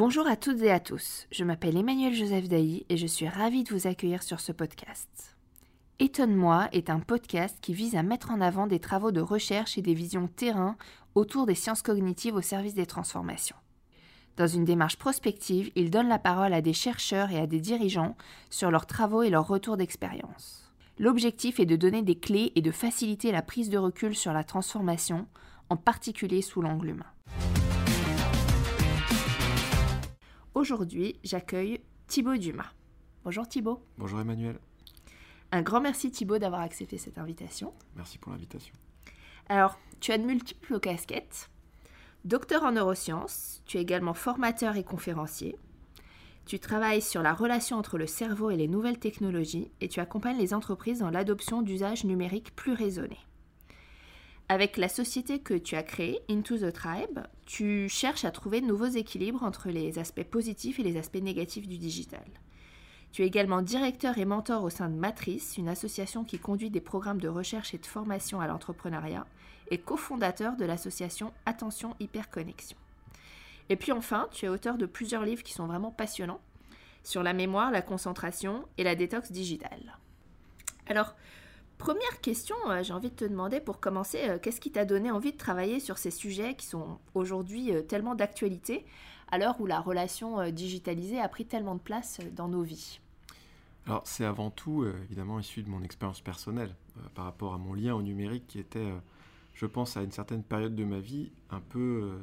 Bonjour à toutes et à tous, je m'appelle Emmanuel Joseph Dailly et je suis ravie de vous accueillir sur ce podcast. Étonne-moi est un podcast qui vise à mettre en avant des travaux de recherche et des visions terrain autour des sciences cognitives au service des transformations. Dans une démarche prospective, il donne la parole à des chercheurs et à des dirigeants sur leurs travaux et leurs retours d'expérience. L'objectif est de donner des clés et de faciliter la prise de recul sur la transformation, en particulier sous l'angle humain. Aujourd'hui, j'accueille Thibaut Dumas. Bonjour Thibaut. Bonjour Emmanuel. Un grand merci Thibaut d'avoir accepté cette invitation. Merci pour l'invitation. Alors, tu as de multiples casquettes. Docteur en neurosciences, tu es également formateur et conférencier. Tu travailles sur la relation entre le cerveau et les nouvelles technologies et tu accompagnes les entreprises dans l'adoption d'usages numériques plus raisonnés. Avec la société que tu as créée, Into the Tribe, tu cherches à trouver de nouveaux équilibres entre les aspects positifs et les aspects négatifs du digital. Tu es également directeur et mentor au sein de Matrice, une association qui conduit des programmes de recherche et de formation à l'entrepreneuriat, et cofondateur de l'association Attention Hyperconnexion. Et puis enfin, tu es auteur de plusieurs livres qui sont vraiment passionnants, sur la mémoire, la concentration et la détox digitale. Alors, première question, j'ai envie de te demander pour commencer, qu'est-ce qui t'a donné envie de travailler sur ces sujets qui sont aujourd'hui tellement d'actualité, à l'heure où la relation digitalisée a pris tellement de place dans nos vies? Alors c'est avant tout évidemment issu de mon expérience personnelle par rapport à mon lien au numérique qui était, je pense à une certaine période de ma vie, un peu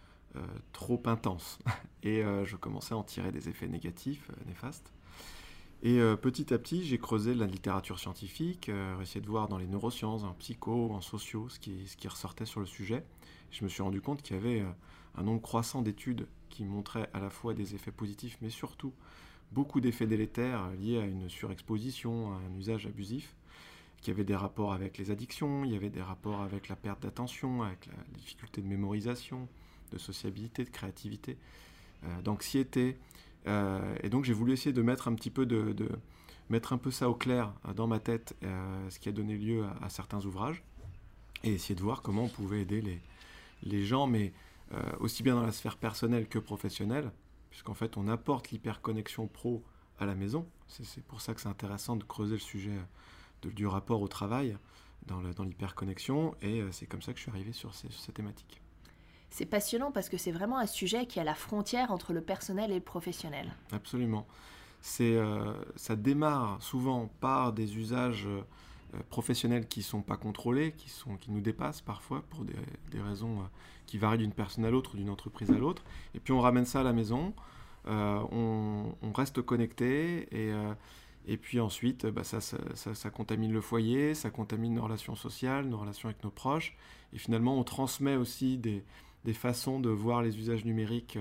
trop intense. Et je commençais à en tirer des effets négatifs, néfastes. Et petit à petit, j'ai creusé la littérature scientifique, essayé de voir dans les neurosciences, en psycho, en sociaux, ce qui ressortait sur le sujet. Je me suis rendu compte qu'il y avait un nombre croissant d'études qui montraient à la fois des effets positifs, mais surtout beaucoup d'effets délétères liés à une surexposition, à un usage abusif, qu'il y avait des rapports avec les addictions, il y avait des rapports avec la perte d'attention, avec la difficulté de mémorisation, de sociabilité, de créativité, d'anxiété. Et donc j'ai voulu essayer de mettre un petit peu mettre un peu ça au clair dans ma tête, ce qui a donné lieu à certains ouvrages, et essayer de voir comment on pouvait aider les gens, mais aussi bien dans la sphère personnelle que professionnelle, puisqu'en fait on apporte l'hyperconnexion pro à la maison. C'est pour ça que c'est intéressant de creuser le sujet du rapport au travail dans l'hyperconnexion, et c'est comme ça que je suis arrivé sur ces thématiques. C'est passionnant parce que c'est vraiment un sujet qui est à la frontière entre le personnel et le professionnel. Absolument. Ça démarre souvent par des usages professionnels qui ne sont pas contrôlés, qui nous dépassent parfois pour des raisons qui varient d'une personne à l'autre, d'une entreprise à l'autre. Et puis on ramène ça à la maison, on reste connecté et puis ensuite ça contamine le foyer, ça contamine nos relations sociales, nos relations avec nos proches. Et finalement on transmet aussi des façons de voir les usages numériques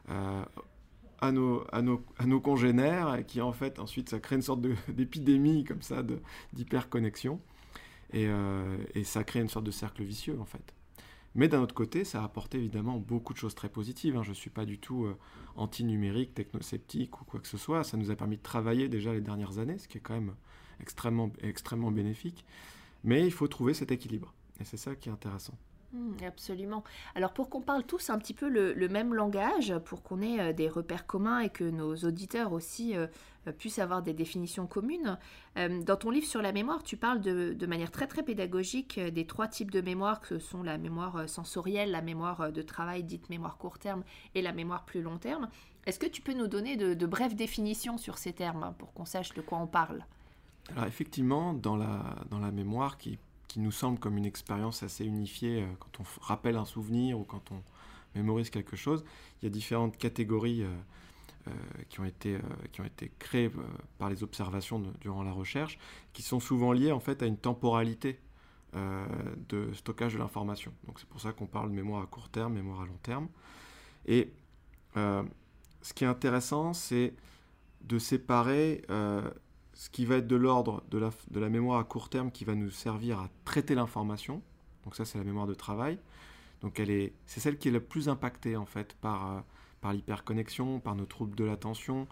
à nos congénères, qui en fait ensuite ça crée une sorte d'épidémie comme ça d'hyperconnexion, et ça crée une sorte de cercle vicieux en fait. Mais d'un autre côté, ça a apporté évidemment beaucoup de choses très positives. Je ne suis pas du tout anti-numérique, technosceptique ou quoi que ce soit. Ça nous a permis de travailler déjà les dernières années, ce qui est quand même extrêmement, extrêmement bénéfique. Mais il faut trouver cet équilibre, et c'est ça qui est intéressant. Absolument. Alors pour qu'on parle tous un petit peu le même langage, pour qu'on ait des repères communs et que nos auditeurs aussi puissent avoir des définitions communes, dans ton livre sur la mémoire, tu parles de manière très très pédagogique des 3 types de mémoire que sont la mémoire sensorielle, la mémoire de travail dite mémoire court terme et la mémoire plus long terme. Est-ce que tu peux nous donner de brèves définitions sur ces termes pour qu'on sache de quoi on parle? Alors effectivement, dans la mémoire qui nous semble comme une expérience assez unifiée quand on rappelle un souvenir ou quand on mémorise quelque chose, il y a différentes catégories qui ont été créées par les observations durant la recherche, qui sont souvent liées en fait à une temporalité de stockage de l'information. Donc c'est pour ça qu'on parle de mémoire à court terme, mémoire à long terme. Et ce qui est intéressant, c'est de séparer ce qui va être de l'ordre de la mémoire à court terme, qui va nous servir à traiter l'information. Donc ça, c'est la mémoire de travail. Donc c'est celle qui est la plus impactée en fait par l'hyperconnexion, par nos troubles de l'attention,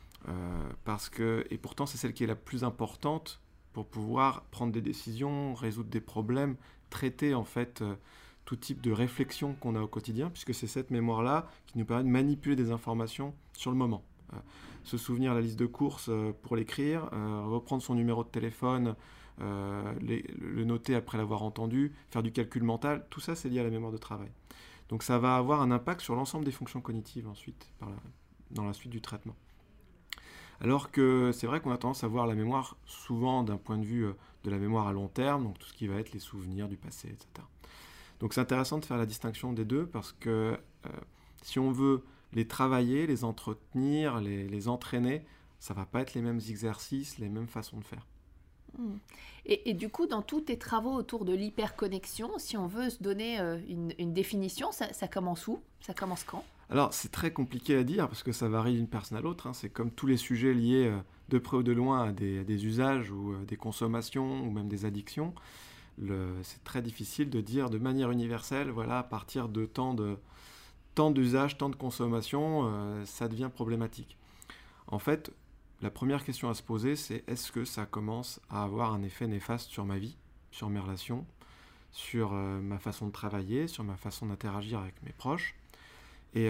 et pourtant c'est celle qui est la plus importante pour pouvoir prendre des décisions, résoudre des problèmes, traiter en fait tout type de réflexion qu'on a au quotidien, puisque c'est cette mémoire-là qui nous permet de manipuler des informations sur le moment. Se souvenir la liste de courses pour l'écrire, reprendre son numéro de téléphone, le noter après l'avoir entendu, faire du calcul mental, tout ça c'est lié à la mémoire de travail. Donc ça va avoir un impact sur l'ensemble des fonctions cognitives ensuite, dans la suite du traitement. Alors que c'est vrai qu'on a tendance à voir la mémoire souvent d'un point de vue de la mémoire à long terme, donc tout ce qui va être les souvenirs du passé, etc. Donc c'est intéressant de faire la distinction des deux parce que si on veut les travailler, les entretenir, les entraîner, ça ne va pas être les mêmes exercices, les mêmes façons de faire. Et du coup, dans tous tes travaux autour de l'hyperconnexion, si on veut se donner une définition, ça commence où? Ça commence quand? Alors, c'est très compliqué à dire parce que ça varie d'une personne à l'autre. C'est comme tous les sujets liés de près ou de loin à des usages ou des consommations ou même des addictions. C'est très difficile de dire de manière universelle, voilà, à partir de tant d'usages, tant de consommation, ça devient problématique. En fait, la première question à se poser, c'est est-ce que ça commence à avoir un effet néfaste sur ma vie, sur mes relations, sur ma façon de travailler, sur ma façon d'interagir avec mes proches. Et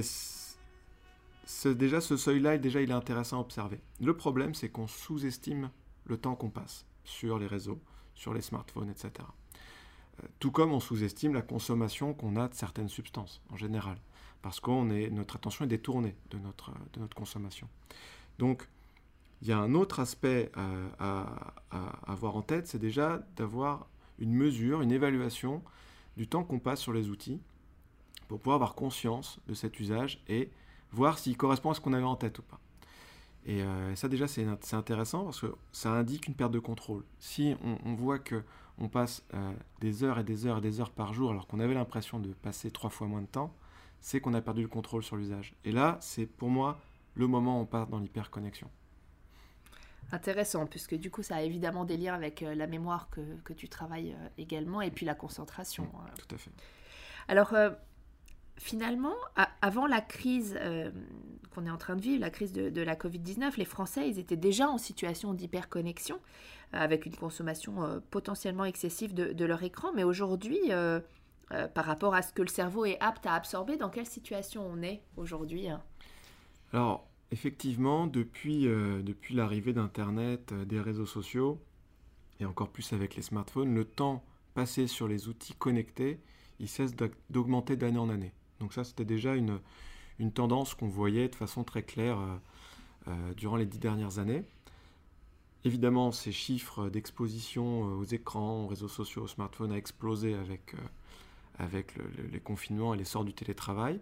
déjà, ce seuil-là, il est intéressant à observer. Le problème, c'est qu'on sous-estime le temps qu'on passe sur les réseaux, sur les smartphones, etc. Tout comme on sous-estime la consommation qu'on a de certaines substances, en général, parce que notre attention est détournée de notre consommation. Donc, il y a un autre aspect à avoir en tête, c'est déjà d'avoir une mesure, une évaluation du temps qu'on passe sur les outils pour pouvoir avoir conscience de cet usage et voir s'il correspond à ce qu'on avait en tête ou pas. Et ça déjà c'est intéressant parce que ça indique une perte de contrôle. Si on voit qu'on passe des heures et des heures et des heures par jour alors qu'on avait l'impression de passer 3 fois moins de temps, c'est qu'on a perdu le contrôle sur l'usage. Et là, c'est pour moi le moment où on part dans l'hyperconnexion. Intéressant, puisque du coup ça a évidemment des liens avec la mémoire que tu travailles également et puis la concentration. Tout à fait. Alors finalement, avant la crise qu'on est en train de vivre, la crise de la Covid-19, les Français ils étaient déjà en situation d'hyperconnexion avec une consommation potentiellement excessive de leur écran, mais aujourd'hui, par rapport à ce que le cerveau est apte à absorber, dans quelle situation on est aujourd'hui? Alors, effectivement, depuis l'arrivée d'Internet, des réseaux sociaux, et encore plus avec les smartphones, le temps passé sur les outils connectés, il cesse d'augmenter d'année en année. Donc ça, c'était déjà une tendance qu'on voyait de façon très claire durant les 10 dernières années. Évidemment, ces chiffres d'exposition aux écrans, aux réseaux sociaux, aux smartphones a explosé avec les confinements et l'essor du télétravail.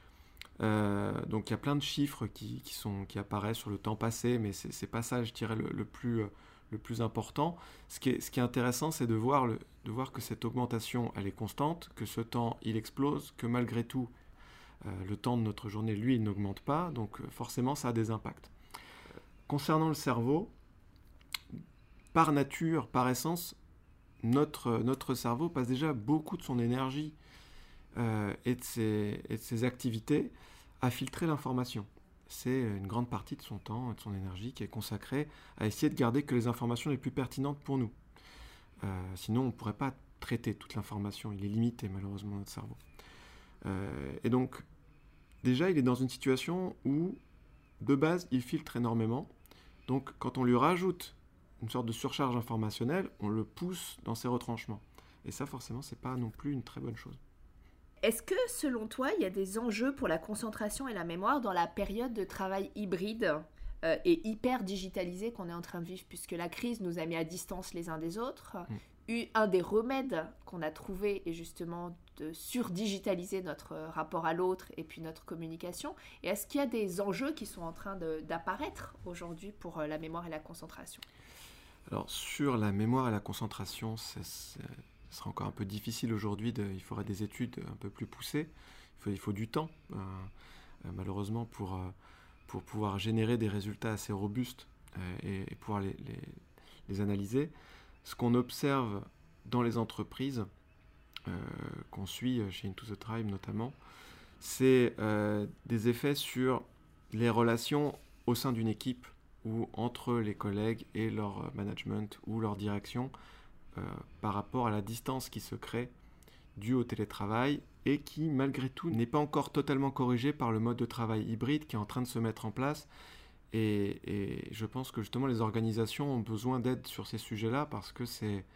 Donc il y a plein de chiffres qui apparaissent sur le temps passé, mais c'est pas ça, je dirais, le plus important. Ce qui est intéressant, c'est de voir que cette augmentation, elle est constante, que ce temps, il explose, que malgré tout, le temps de notre journée, lui, il n'augmente pas, donc forcément, ça a des impacts. Concernant le cerveau, par nature, par essence, notre cerveau passe déjà beaucoup de son énergie et de ses activités à filtrer l'information. C'est une grande partie de son temps et de son énergie qui est consacrée à essayer de garder que les informations les plus pertinentes pour nous. Sinon, on ne pourrait pas traiter toute l'information. Il est limité, malheureusement, notre cerveau. Et donc, déjà, il est dans une situation où, de base, il filtre énormément. Donc, quand on lui rajoute une sorte de surcharge informationnelle, on le pousse dans ses retranchements. Et ça, forcément, c'est pas non plus une très bonne chose. Est-ce que, selon toi, il y a des enjeux pour la concentration et la mémoire dans la période de travail hybride et hyper digitalisée qu'on est en train de vivre, puisque la crise nous a mis à distance les uns des autres? Un des remèdes qu'on a trouvé est justement de surdigitaliser notre rapport à l'autre et puis notre communication. Et est-ce qu'il y a des enjeux qui sont en train d'apparaître aujourd'hui pour la mémoire et la concentration? Alors, sur la mémoire et la concentration, ce sera encore un peu difficile aujourd'hui. Il faudrait des études un peu plus poussées. Il faut du temps, malheureusement, pour pouvoir générer des résultats assez robustes et pouvoir les analyser. Ce qu'on observe dans les entreprises, qu'on suit chez Into the Tribe notamment, c'est des effets sur les relations au sein d'une équipe ou entre les collègues et leur management ou leur direction par rapport à la distance qui se crée due au télétravail et qui, malgré tout, n'est pas encore totalement corrigé par le mode de travail hybride qui est en train de se mettre en place. Et je pense que justement les organisations ont besoin d'aide sur ces sujets-là parce que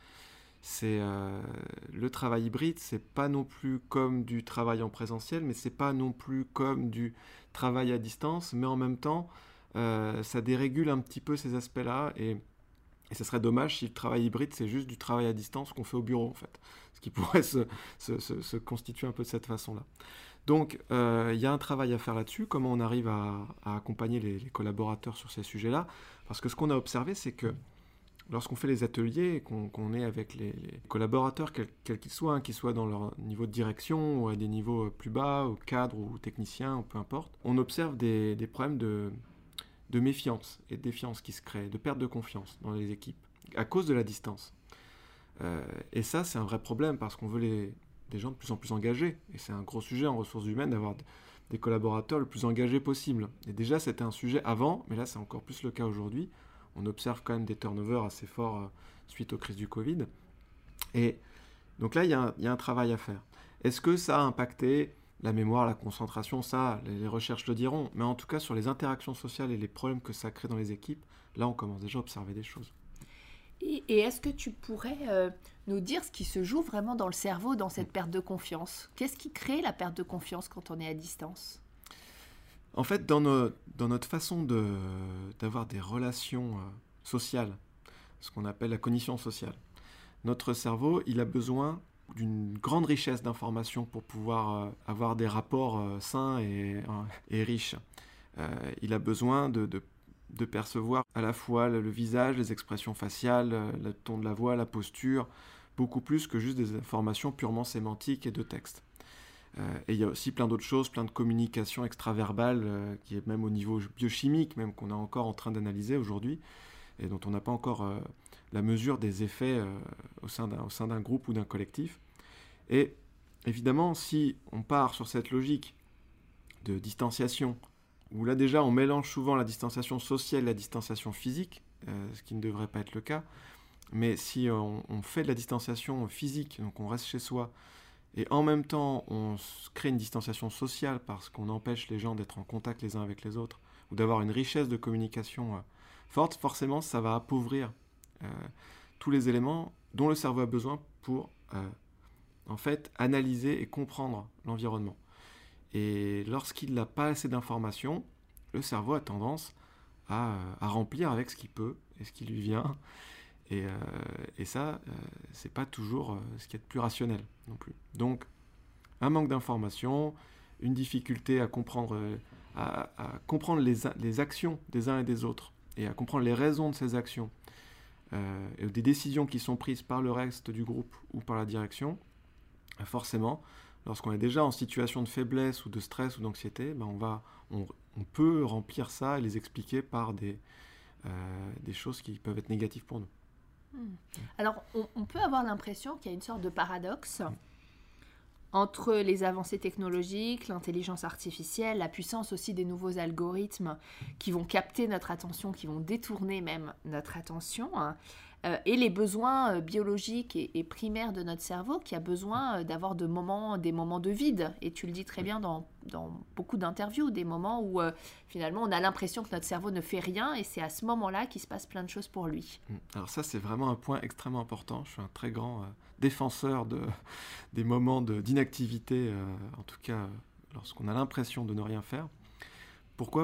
le travail hybride, c'est pas non plus comme du travail en présentiel, mais c'est pas non plus comme du travail à distance, mais en même temps, ça dérégule un petit peu ces aspects-là et ce serait dommage si le travail hybride, c'est juste du travail à distance qu'on fait au bureau, en fait. Ce qui pourrait se constituer un peu de cette façon-là. Donc, il y a un travail à faire là-dessus, comment on arrive à accompagner les collaborateurs sur ces sujets-là. Parce que ce qu'on a observé, c'est que lorsqu'on fait les ateliers et qu'on est avec les collaborateurs, quels qu'ils soient, qu'ils soient dans leur niveau de direction ou à des niveaux plus bas, ou cadre ou technicien, ou peu importe, on observe des problèmes de méfiance et de défiance qui se créent, de perte de confiance dans les équipes, à cause de la distance. Et ça, c'est un vrai problème parce qu'on veut des gens de plus en plus engagés. Et c'est un gros sujet en ressources humaines d'avoir des collaborateurs le plus engagés possible. Et déjà, c'était un sujet avant, mais là, c'est encore plus le cas aujourd'hui. On observe quand même des turnovers assez forts suite aux crises du Covid. Et donc là, il y a un travail à faire. Est-ce que ça a impacté la mémoire, la concentration? Ça, les recherches le diront. Mais en tout cas, sur les interactions sociales et les problèmes que ça crée dans les équipes, là, on commence déjà à observer des choses. Et est-ce que tu pourrais nous dire ce qui se joue vraiment dans le cerveau, dans cette perte de confiance? Qu'est-ce qui crée la perte de confiance quand on est à distance? En fait, dans notre façon d'avoir des relations sociales, ce qu'on appelle la cognition sociale, notre cerveau, il a besoin d'une grande richesse d'informations pour pouvoir avoir des rapports sains et riches. Il a besoin de percevoir à la fois le visage, les expressions faciales, le ton de la voix, la posture, beaucoup plus que juste des informations purement sémantiques et de texte. Et il y a aussi plein d'autres choses, plein de communication extraverbale qui est même au niveau biochimique, même qu'on est encore en train d'analyser aujourd'hui, et dont on n'a pas encore la mesure des effets au sein d'un groupe ou d'un collectif. Et évidemment, si on part sur cette logique de distanciation, où là déjà on mélange souvent la distanciation sociale et la distanciation physique, ce qui ne devrait pas être le cas, mais si on fait de la distanciation physique, donc on reste chez soi, et en même temps on crée une distanciation sociale parce qu'on empêche les gens d'être en contact les uns avec les autres, ou d'avoir une richesse de communication forte, forcément ça va appauvrir tous les éléments dont le cerveau a besoin pour en fait analyser et comprendre l'environnement. Et lorsqu'il n'a pas assez d'informations, le cerveau a tendance à remplir avec ce qu'il peut et ce qui lui vient. Et ça, c'est pas toujours ce qui est le plus rationnel non plus. Donc, un manque d'informations, une difficulté à comprendre les actions des uns et des autres et à comprendre les raisons de ces actions et des décisions qui sont prises par le reste du groupe ou par la direction, forcément, lorsqu'on est déjà en situation de faiblesse ou de stress ou d'anxiété, on peut remplir ça et les expliquer par des choses qui peuvent être négatives pour nous. Alors, on peut avoir l'impression qu'il y a une sorte de paradoxe entre les avancées technologiques, l'intelligence artificielle, la puissance aussi des nouveaux algorithmes qui vont capter notre attention, qui vont détourner même notre attention, et les besoins biologiques et primaires de notre cerveau qui a besoin d'avoir des moments de vide. Et tu le dis très bien dans beaucoup d'interviews, des moments où finalement on a l'impression que notre cerveau ne fait rien et c'est à ce moment-là qu'il se passe plein de choses pour lui. Alors ça, c'est vraiment un point extrêmement important. Je suis un très grand défenseur des moments d'inactivité, en tout cas lorsqu'on a l'impression de ne rien faire. Pourquoi ?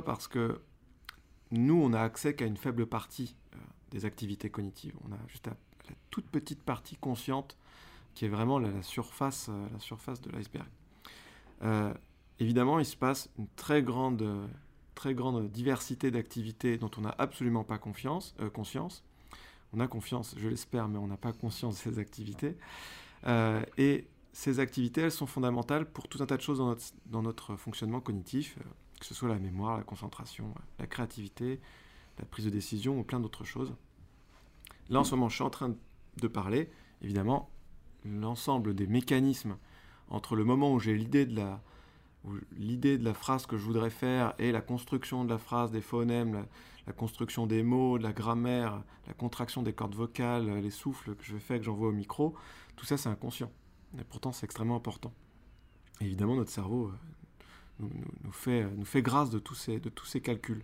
Parce que nous, on n'a accès qu'à une faible partie des activités cognitives. On a juste la toute petite partie consciente qui est vraiment la surface de l'iceberg. Évidemment, il se passe une très grande diversité d'activités dont on n'a absolument pas conscience. On a confiance, je l'espère, mais on n'a pas conscience de ces activités. Et ces activités, elles sont fondamentales pour tout un tas de choses dans notre fonctionnement cognitif, que ce soit la mémoire, la concentration, la créativité, la prise de décision ou plein d'autres choses. Là, en ce moment, je suis en train de parler, évidemment, l'ensemble des mécanismes entre le moment où j'ai l'idée de la phrase que je voudrais faire et la construction de la phrase, des phonèmes, la construction des mots, de la grammaire, la contraction des cordes vocales, les souffles que je fais, que j'envoie au micro, tout ça, c'est inconscient. Et pourtant, c'est extrêmement important. Et évidemment, notre cerveau nous fait grâce de tous ces calculs.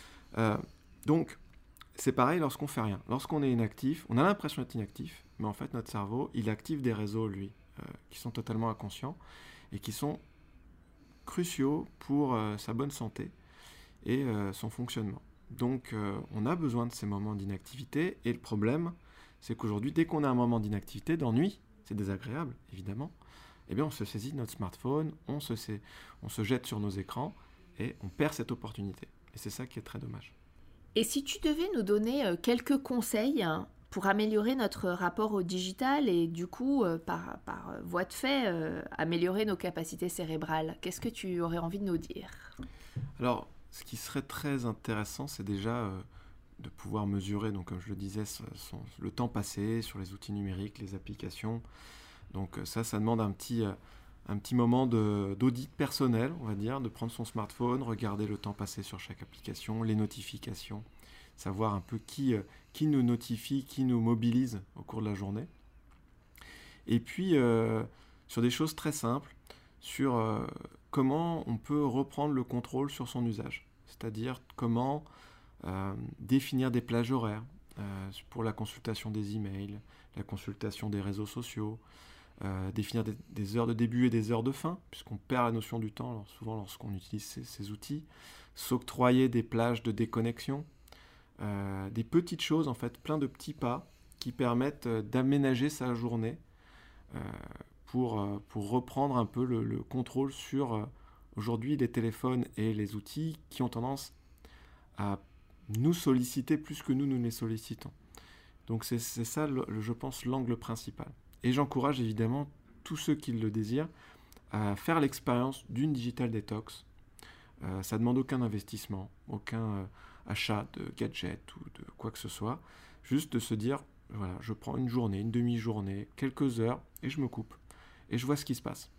Donc, c'est pareil lorsqu'on fait rien. Lorsqu'on est inactif, on a l'impression d'être inactif, mais en fait, notre cerveau, il active des réseaux, lui, qui sont totalement inconscients et qui sont cruciaux pour sa bonne santé et son fonctionnement. Donc, on a besoin de ces moments d'inactivité. Et le problème, c'est qu'aujourd'hui, dès qu'on a un moment d'inactivité, d'ennui, c'est désagréable, évidemment, eh bien, on se saisit de notre smartphone, on se jette sur nos écrans et on perd cette opportunité. Et c'est ça qui est très dommage. Et si tu devais nous donner quelques conseils pour améliorer notre rapport au digital et du coup, par voie de fait, améliorer nos capacités cérébrales, qu'est-ce que tu aurais envie de nous dire? Alors, ce qui serait très intéressant, c'est déjà de pouvoir mesurer, donc, comme je le disais, le temps passé sur les outils numériques, les applications. Donc ça demande un petit moment d'audit personnel, on va dire, de prendre son smartphone, regarder le temps passé sur chaque application, les notifications, savoir un peu qui nous notifie, qui nous mobilise au cours de la journée. Et puis, sur des choses très simples, sur comment on peut reprendre le contrôle sur son usage. C'est-à-dire comment définir des plages horaires pour la consultation des emails, la consultation des réseaux sociaux, définir des heures de début et des heures de fin, puisqu'on perd la notion du temps souvent lorsqu'on utilise ces outils, s'octroyer des plages de déconnexion, des petites choses, en fait, plein de petits pas qui permettent d'aménager sa journée pour reprendre un peu le contrôle sur aujourd'hui les téléphones et les outils qui ont tendance à nous solliciter plus que nous les sollicitons. Donc c'est ça, je pense, l'angle principal. Et j'encourage évidemment tous ceux qui le désirent à faire l'expérience d'une digital detox. Ça ne demande aucun investissement, aucun achat de gadgets ou de quoi que ce soit. Juste de se dire, voilà, je prends une journée, une demi-journée, quelques heures et je me coupe. Et je vois ce qui se passe.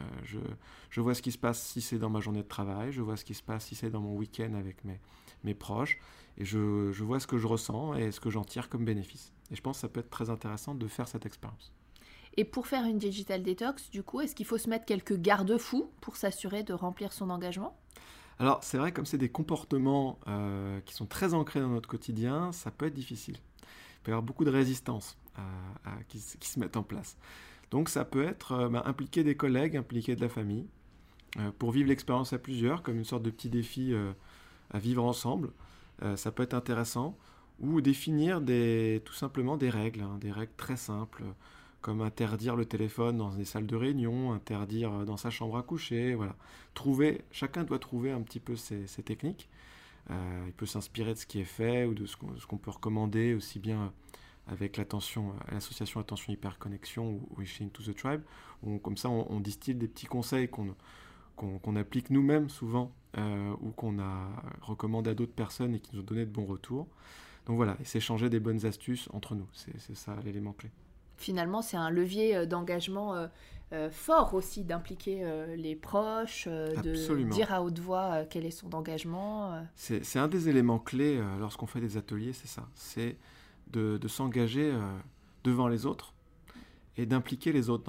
Je vois ce qui se passe si c'est dans ma journée de travail, je vois ce qui se passe si c'est dans mon week-end avec mes proches, et je vois ce que je ressens et ce que j'en tire comme bénéfice. Et je pense que ça peut être très intéressant de faire cette expérience. Et pour faire une digital detox, du coup, est-ce qu'il faut se mettre quelques garde-fous pour s'assurer de remplir son engagement? Alors, c'est vrai, comme c'est des comportements qui sont très ancrés dans notre quotidien, ça peut être difficile. Il peut y avoir beaucoup de résistance qui se mettent en place. Donc, ça peut être impliquer des collègues, impliquer de la famille, pour vivre l'expérience à plusieurs, comme une sorte de petit défi à vivre ensemble. Ça peut être intéressant. Ou définir tout simplement des règles très simples, comme interdire le téléphone dans des salles de réunion, interdire dans sa chambre à coucher, voilà. Chacun doit trouver un petit peu ses techniques. Il peut s'inspirer de ce qui est fait ou de ce qu'on peut recommander, aussi bien avec l'association Attention Hyperconnexion ou Wishing to the Tribe. Comme ça, on distille des petits conseils qu'on applique nous-mêmes souvent ou qu'on a recommandé à d'autres personnes et qui nous ont donné de bons retours. Donc voilà, et s'échanger des bonnes astuces entre nous, c'est ça l'élément clé. Finalement, c'est un levier d'engagement fort aussi, d'impliquer les proches, de dire à haute voix quel est son engagement. C'est un des éléments clés lorsqu'on fait des ateliers, c'est ça. C'est de s'engager devant les autres et d'impliquer les autres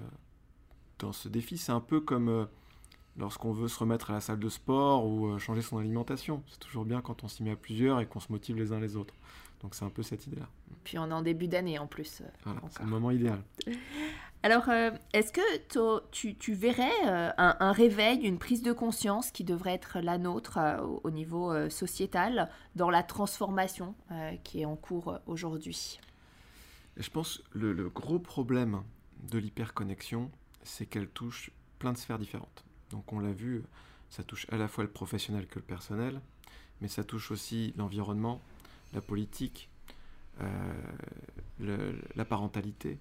dans ce défi. C'est un peu comme lorsqu'on veut se remettre à la salle de sport ou changer son alimentation. C'est toujours bien quand on s'y met à plusieurs et qu'on se motive les uns les autres. Donc c'est un peu cette idée-là. Puis on est en début d'année en plus. Voilà, c'est le moment idéal. Alors, est-ce que tu verrais un réveil, une prise de conscience qui devrait être la nôtre au niveau sociétal dans la transformation qui est en cours aujourd'hui? Et je pense que le gros problème de l'hyperconnexion, c'est qu'elle touche plein de sphères différentes. Donc on l'a vu, ça touche à la fois le professionnel que le personnel, mais ça touche aussi l'environnement, la politique, la parentalité,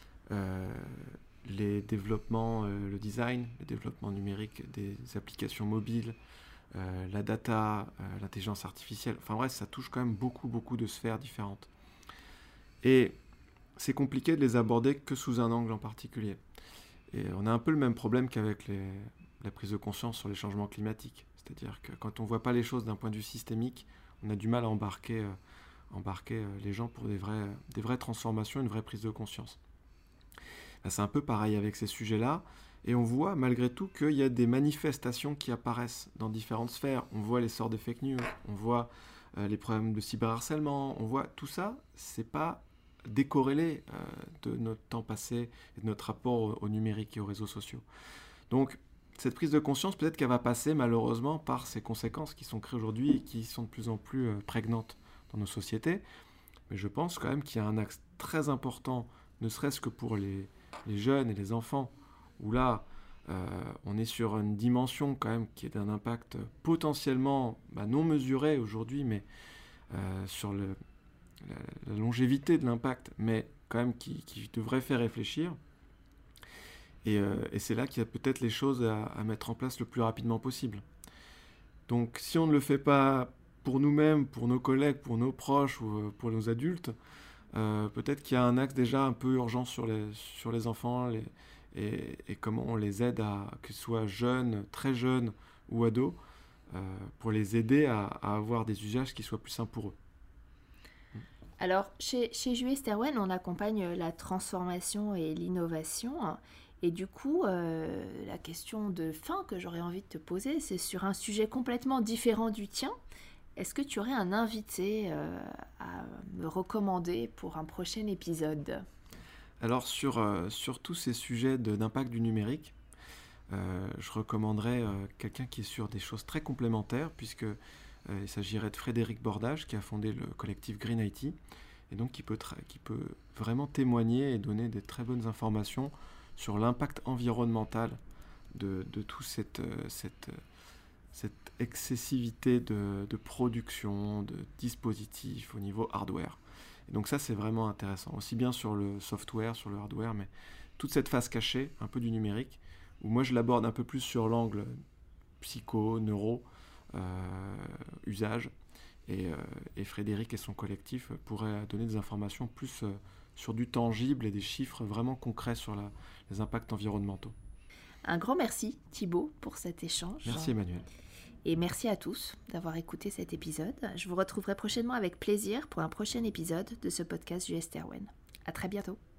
les développements, le design, le développement numérique des applications mobiles, la data, l'intelligence artificielle. Enfin bref, ça touche quand même beaucoup de sphères différentes. Et c'est compliqué de les aborder que sous un angle en particulier. Et on a un peu le même problème qu'avec la prise de conscience sur les changements climatiques. C'est-à-dire que quand on ne voit pas les choses d'un point de vue systémique, on a du mal à embarquer les gens pour des vraies transformations, une vraie prise de conscience. Là, c'est un peu pareil avec ces sujets-là. Et on voit malgré tout qu'il y a des manifestations qui apparaissent dans différentes sphères. On voit l'essor des fake news, on voit les problèmes de cyberharcèlement, on voit tout ça, c'est pas décorrélé de notre temps passé et de notre rapport au numérique et aux réseaux sociaux. Donc, cette prise de conscience, peut-être qu'elle va passer malheureusement par ces conséquences qui sont créées aujourd'hui et qui sont de plus en plus prégnantes dans nos sociétés. Mais je pense quand même qu'il y a un axe très important, ne serait-ce que pour les jeunes et les enfants, où là, on est sur une dimension quand même qui est d'un impact potentiellement non mesuré aujourd'hui, mais sur la longévité de l'impact, mais quand même qui devrait faire réfléchir. Et c'est là qu'il y a peut-être les choses à mettre en place le plus rapidement possible. Donc si on ne le fait pas pour nous-mêmes, pour nos collègues, pour nos proches ou pour nos adultes, peut-être qu'il y a un axe déjà un peu urgent sur les enfants et comment on les aide que ce soit jeunes, très jeunes ou ados, pour les aider à avoir des usages qui soient plus simples pour eux. Alors, chez JUS Terwen, on accompagne la transformation et l'innovation. Et du coup, la question de fin que j'aurais envie de te poser, c'est sur un sujet complètement différent du tien. Est-ce que tu aurais un invité à me recommander pour un prochain épisode ? Alors, sur tous ces sujets d'impact du numérique, je recommanderais quelqu'un qui est sur des choses très complémentaires, puisque il s'agirait de Frédéric Bordage, qui a fondé le collectif Green IT, et donc qui peut vraiment témoigner et donner des très bonnes informations sur l'impact environnemental de toute cette excessivité de production, de dispositifs au niveau hardware. Et donc ça, c'est vraiment intéressant, aussi bien sur le software, sur le hardware, mais toute cette phase cachée, un peu du numérique, où moi je l'aborde un peu plus sur l'angle psycho, neuro, usage, et Frédéric et son collectif pourraient donner des informations plus sur du tangible et des chiffres vraiment concrets sur les impacts environnementaux. Un grand merci Thibaut pour cet échange. Merci Emmanuel. Et merci à tous d'avoir écouté cet épisode. Je vous retrouverai prochainement avec plaisir pour un prochain épisode de ce podcast JUS Terwen. À très bientôt.